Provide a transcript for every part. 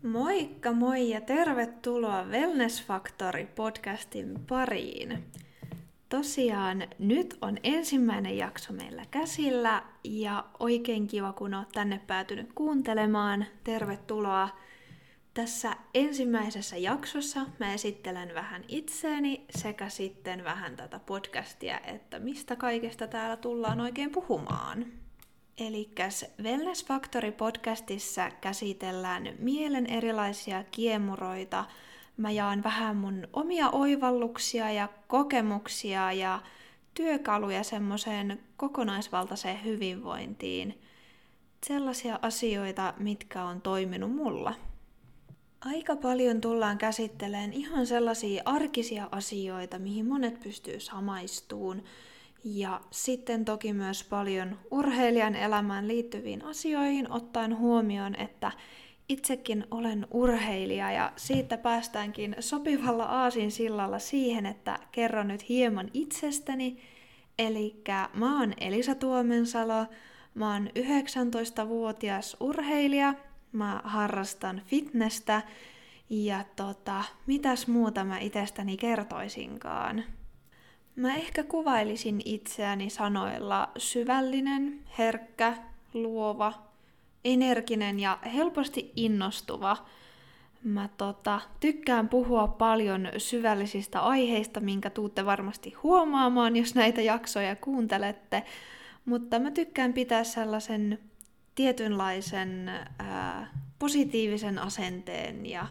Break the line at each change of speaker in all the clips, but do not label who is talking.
Moikka moi ja tervetuloa Wellness Factory podcastin pariin. Tosiaan nyt on ensimmäinen jakso meillä käsillä ja oikein kiva kun oot tänne päätynyt kuuntelemaan. Tervetuloa. Tässä ensimmäisessä jaksossa mä esittelen vähän itseäni sekä sitten vähän tätä podcastia, että mistä kaikesta täällä tullaan oikein puhumaan. Elikkäs Wellness Factory podcastissa käsitellään mielen erilaisia kiemuroita. Mä jaan vähän mun omia oivalluksia ja kokemuksia ja työkaluja semmoiseen kokonaisvaltaiseen hyvinvointiin. Sellaisia asioita, mitkä on toiminut mulla. Aika paljon tullaan käsittelemään ihan sellaisia arkisia asioita, mihin monet pystyy samaistumaan. Ja sitten toki myös paljon urheilijan elämään liittyviin asioihin, ottaen huomioon, että itsekin olen urheilija ja siitä päästäänkin sopivalla aasinsillalla siihen, että kerron nyt hieman itsestäni. Elikkä mä oon Elisa Tuomensalo, mä oon 19-vuotias urheilija, mä harrastan fitnessä ja mitäs muuta mä itsestäni kertoisinkaan. Mä ehkä kuvailisin itseäni sanoilla syvällinen, herkkä, luova, energinen ja helposti innostuva. Mä tykkään puhua paljon syvällisistä aiheista, minkä tuutte varmasti huomaamaan, jos näitä jaksoja kuuntelette. Mutta mä tykkään pitää sellaisen tietynlaisen positiivisen asenteen ja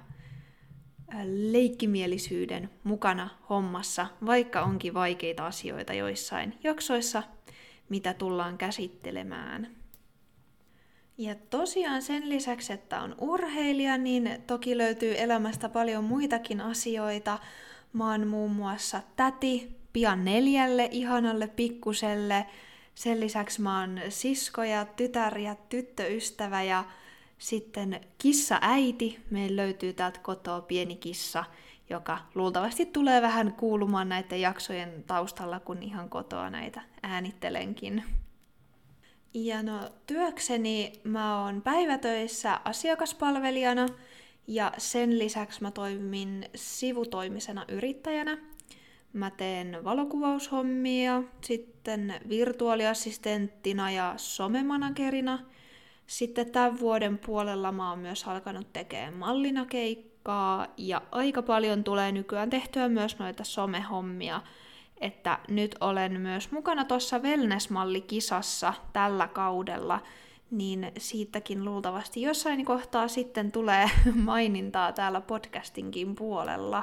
leikkimielisyyden mukana hommassa, vaikka onkin vaikeita asioita joissain jaksoissa, mitä tullaan käsittelemään. Ja tosiaan sen lisäksi, että on urheilija, niin toki löytyy elämästä paljon muitakin asioita. Mä oon muun muassa täti pian 4 ihanalle pikkuselle. Sen lisäksi mä oon sisko ja tytär ja tyttöystävä ja sitten kissa-äiti. Meillä löytyy täältä kotoa pieni kissa, joka luultavasti tulee vähän kuulumaan näiden jaksojen taustalla, kun ihan kotoa näitä äänittelenkin. Ja työkseni mä oon päivätöissä asiakaspalvelijana ja sen lisäksi mä toimin sivutoimisena yrittäjänä. Mä teen valokuvaushommia, sitten virtuaaliassistenttina ja somemanagerina. Sitten tämän vuoden puolella mä oon myös alkanut tekemään mallina keikkaa ja aika paljon tulee nykyään tehtyä myös noita somehommia. Että nyt olen myös mukana tuossa wellness-mallikisassa tällä kaudella, niin siitäkin luultavasti jossain kohtaa sitten tulee mainintaa täällä podcastinkin puolella.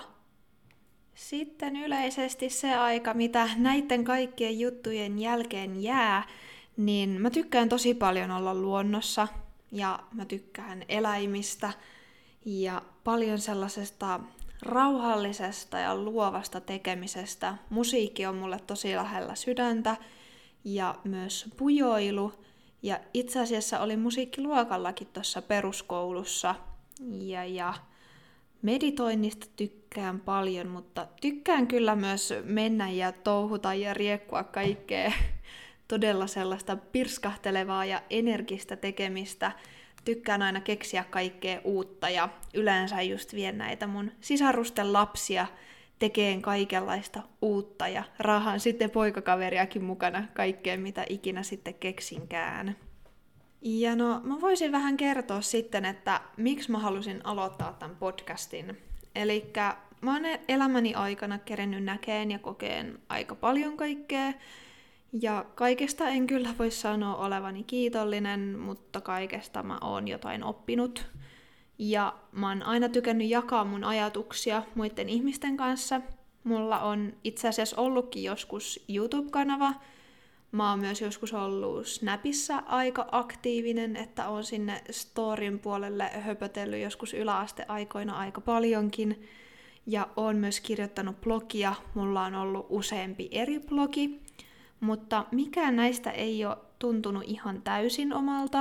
Sitten yleisesti se aika, mitä näiden kaikkien juttujen jälkeen jää, niin mä tykkään tosi paljon olla luonnossa ja mä tykkään eläimistä ja paljon sellaisesta rauhallisesta ja luovasta tekemisestä. Musiikki on mulle tosi lähellä sydäntä ja myös pujoilu. Ja itse asiassa olin musiikkiluokallakin tuossa peruskoulussa ja meditoinnista tykkään paljon, mutta tykkään kyllä myös mennä ja touhuta ja riekkua kaikkea todella sellaista pirskahtelevaa ja energistä tekemistä. Tykkään aina keksiä kaikkea uutta ja yleensä just vien näitä mun sisarusten lapsia tekeen kaikenlaista uutta ja raahaan sitten poikakaveriakin mukana kaikkeen mitä ikinä sitten keksinkään. Ja mä voisin vähän kertoa sitten, että miksi mä halusin aloittaa tämän podcastin. Elikkä mä oon elämäni aikana kerennyt näkeen ja kokeen aika paljon kaikkea. Ja kaikesta en kyllä voi sanoa olevani kiitollinen, mutta kaikesta mä oon jotain oppinut. Ja mä oon aina tykännyt jakaa mun ajatuksia muiden ihmisten kanssa. Mulla on itse asiassa ollutkin joskus YouTube-kanava. Mä oon myös joskus ollut Snapissa aika aktiivinen, että oon sinne storyn puolelle höpötellyt joskus yläasteaikoina aika paljonkin. Ja oon myös kirjoittanut blogia. Mulla on ollut useampi eri blogi. Mutta mikään näistä ei ole tuntunut ihan täysin omalta.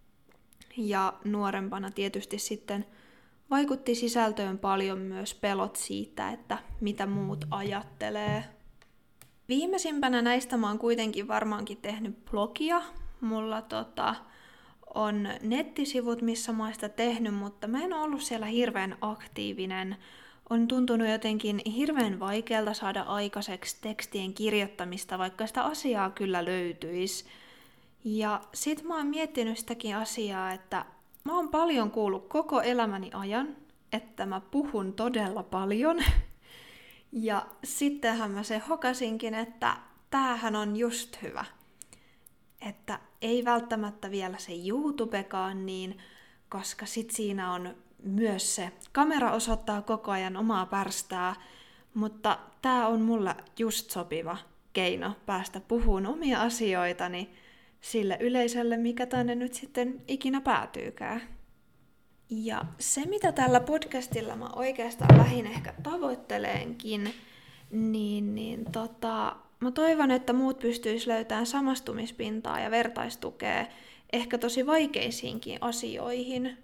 Ja nuorempana tietysti sitten vaikutti sisältöön paljon myös pelot siitä, että mitä muut ajattelee. Viimeisimpänä näistä mä oon kuitenkin varmaankin tehnyt blogia. Mulla on nettisivut, missä mä oon sitä tehnyt, mutta mä en ole ollut siellä hirveän aktiivinen. On tuntunut jotenkin hirveän vaikealta saada aikaiseksi tekstien kirjoittamista, vaikka sitä asiaa kyllä löytyisi. Ja sit mä oon miettinyt sitäkin asiaa, että mä oon paljon kuullut koko elämäni ajan, että mä puhun todella paljon. Ja sittenhän mä se hokasinkin, että tämähän on just hyvä. Että ei välttämättä vielä se YouTubekaan niin, koska sit siinä on myös se kamera osoittaa koko ajan omaa pärstää, mutta tää on mulle just sopiva keino päästä puhumaan omia asioitani sille yleisölle, mikä tänne nyt sitten ikinä päätyykään. Ja se, mitä tällä podcastilla mä oikeastaan lähin ehkä tavoitteleenkin, mä toivon, että muut pystyis löytämään samastumispintaa ja vertaistukea ehkä tosi vaikeisiinkin asioihin.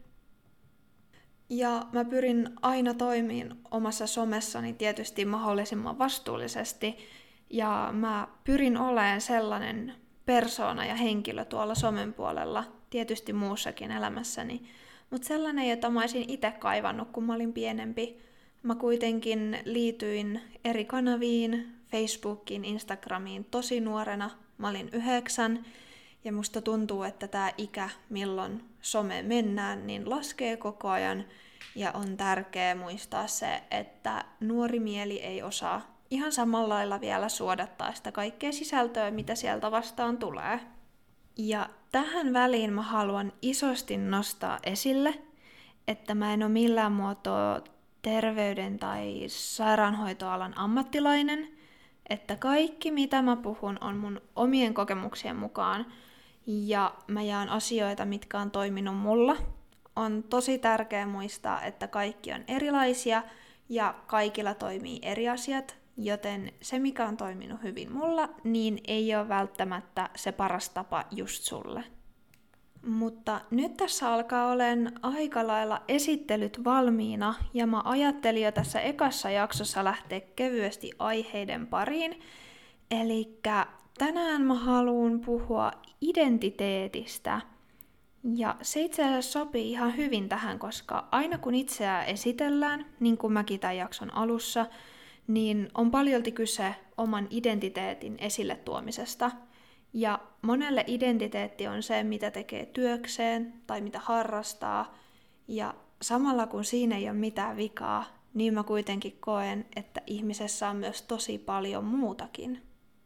Ja mä pyrin aina toimimaan omassa somessani tietysti mahdollisimman vastuullisesti, ja mä pyrin olemaan sellainen persoona ja henkilö tuolla somen puolella, tietysti muussakin elämässäni, mutta sellainen, jota mä olisin itse kaivannut, kun mä olin pienempi. Mä kuitenkin liityin eri kanaviin, Facebookiin, Instagramiin tosi nuorena. Mä olin 9, ja musta tuntuu, että tää ikä, milloin some mennään, niin laskee koko ajan. Ja on tärkeää muistaa se, että nuori mieli ei osaa ihan samalla lailla vielä suodattaa sitä kaikkea sisältöä, mitä sieltä vastaan tulee. Ja tähän väliin mä haluan isosti nostaa esille, että mä en ole millään muotoa terveyden tai sairaanhoitoalan ammattilainen, että kaikki mitä mä puhun on mun omien kokemuksien mukaan ja mä jaan asioita, mitkä on toiminut mulla. On tosi tärkeää muistaa, että kaikki on erilaisia ja kaikilla toimii eri asiat, joten se mikä on toiminut hyvin mulla, niin ei ole välttämättä se paras tapa just sulle. Mutta nyt tässä alkaa olemaan aika lailla esittelyt valmiina, ja mä ajattelin jo tässä ekassa jaksossa lähteä kevyesti aiheiden pariin. Elikkä tänään mä haluan puhua identiteetistä. Ja se itse asiassa sopii ihan hyvin tähän, koska aina kun itseään esitellään, niin kuin mäkin tämän jakson alussa, niin on paljolti kyse oman identiteetin esille tuomisesta. Ja monelle identiteetti on se, mitä tekee työkseen tai mitä harrastaa. Ja samalla kun siinä ei ole mitään vikaa, niin mä kuitenkin koen, että ihmisessä on myös tosi paljon muutakin.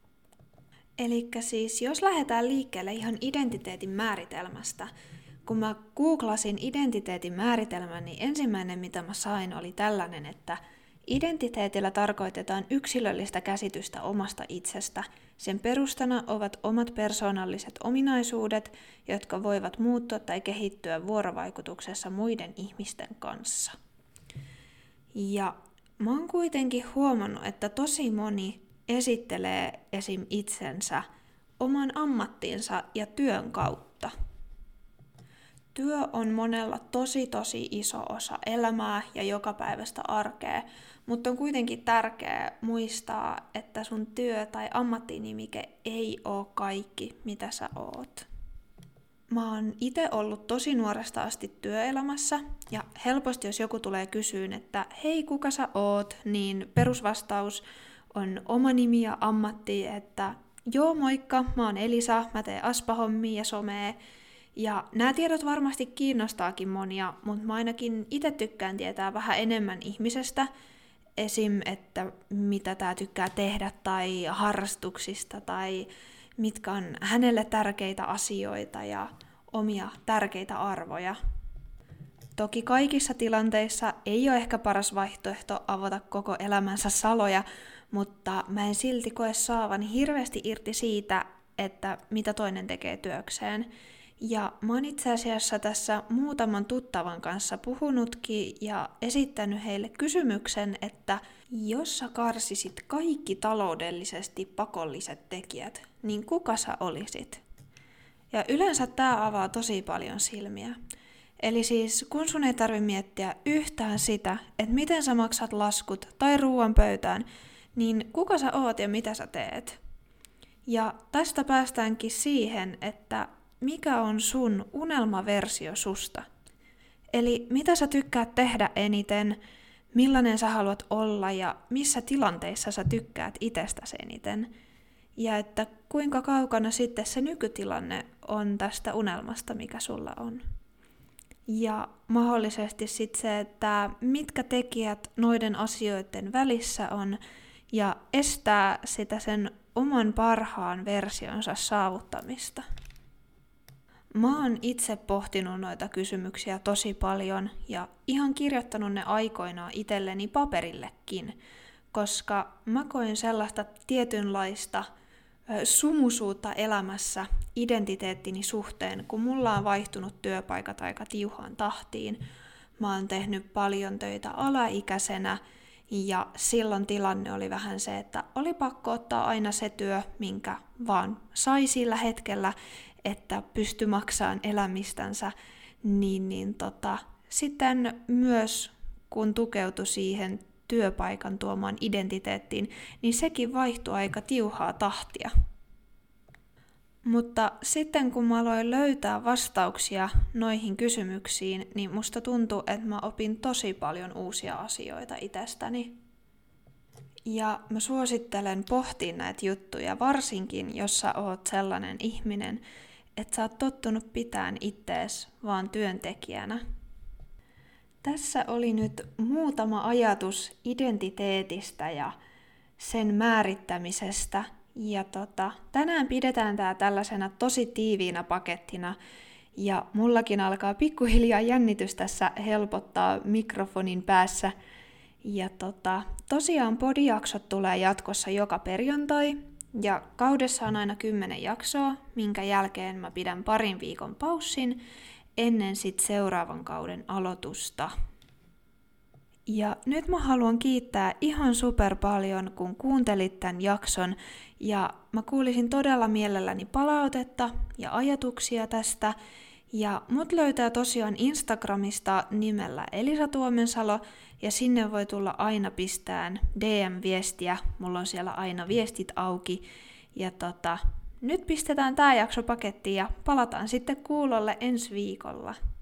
Elikkä siis, jos lähdetään liikkeelle ihan identiteetin määritelmästä, kun mä googlasin identiteetin määritelmän, niin ensimmäinen mitä mä sain oli tällainen, että identiteetillä tarkoitetaan yksilöllistä käsitystä omasta itsestä. Sen perustana ovat omat persoonalliset ominaisuudet, jotka voivat muuttua tai kehittyä vuorovaikutuksessa muiden ihmisten kanssa. Ja mä oon kuitenkin huomannut, että tosi moni esittelee esim. Itsensä oman ammattinsa ja työn kautta. Työ on monella tosi iso osa elämää ja jokapäiväistä arkea, mutta on kuitenkin tärkeää muistaa, että sun työ tai ammattinimike ei ole kaikki, mitä sä oot. Mä oon itse ollut tosi nuoresta asti työelämässä, ja helposti jos joku tulee kysyyn, että hei, kuka sä oot, niin perusvastaus on oma nimi ja ammatti, että joo moikka, mä oon Elisa, mä teen aspahommia ja somea. Ja nämä tiedot varmasti kiinnostaakin monia, mutta mä ainakin itse tykkään tietää vähän enemmän ihmisestä. Esim. Että mitä tää tykkää tehdä tai harrastuksista tai mitkä on hänelle tärkeitä asioita ja omia tärkeitä arvoja. Toki kaikissa tilanteissa ei ole ehkä paras vaihtoehto avata koko elämänsä saloja, mutta mä en silti koe saavani hirveästi irti siitä, että mitä toinen tekee työkseen. Ja mä oon itse asiassa tässä muutaman tuttavan kanssa puhunutkin ja esittänyt heille kysymyksen, että jos sä karsisit kaikki taloudellisesti pakolliset tekijät, niin kuka sä olisit? Ja yleensä tää avaa tosi paljon silmiä. Eli siis kun sun ei tarvi miettiä yhtään sitä, että miten sä maksat laskut tai ruoan pöytään, niin kuka sä oot ja mitä sä teet? Ja tästä päästäänkin siihen, että mikä on sun unelmaversio susta. Eli mitä sä tykkäät tehdä eniten, millainen sä haluat olla ja missä tilanteissa sä tykkäät itsestäsi eniten. Ja että kuinka kaukana sitten se nykytilanne on tästä unelmasta, mikä sulla on. Ja mahdollisesti sitten se, että mitkä tekijät noiden asioiden välissä on ja estää sitä sen oman parhaan versionsa saavuttamista. Mä oon itse pohtinut noita kysymyksiä tosi paljon ja ihan kirjoittanut ne aikoinaan itselleni paperillekin, koska mä koin sellaista tietynlaista sumusuutta elämässä identiteettini suhteen, kun mulla on vaihtunut työpaikat aika tiuhaan tahtiin. Mä oon tehnyt paljon töitä alaikäisenä ja silloin tilanne oli vähän se, että oli pakko ottaa aina se työ, minkä vaan sai sillä hetkellä, että pystyi maksamaan elämistänsä, sitten myös kun tukeutui siihen työpaikan tuomaan identiteettiin, niin sekin vaihtui aika tiuhaa tahtia. Mutta sitten kun mä aloin löytää vastauksia noihin kysymyksiin, niin musta tuntui, että mä opin tosi paljon uusia asioita itsestäni. Ja mä suosittelen pohtia näitä juttuja, varsinkin jos sä oot sellainen ihminen, että sä oot tottunut pitämään ittees vaan työntekijänä. Tässä oli nyt muutama ajatus identiteetistä ja sen määrittämisestä. Ja tänään pidetään tää tällaisena tosi tiiviinä pakettina. Ja mullakin alkaa pikkuhiljaa jännitys tässä helpottaa mikrofonin päässä. Ja tosiaan podijaksot tulee jatkossa joka perjantai. Ja kaudessa on aina 10 jaksoa, minkä jälkeen mä pidän parin viikon paussin ennen sit seuraavan kauden aloitusta. Ja nyt mä haluan kiittää ihan super paljon, kun kuuntelit tämän jakson, ja mä kuulisin todella mielelläni palautetta ja ajatuksia tästä, ja mut löytää tosiaan Instagramista nimellä Elisa Tuomensalo, ja sinne voi tulla aina pistään DM-viestiä, mulla on siellä aina viestit auki, ja nyt pistetään tää jakso pakettiin ja palataan sitten kuulolle ensi viikolla.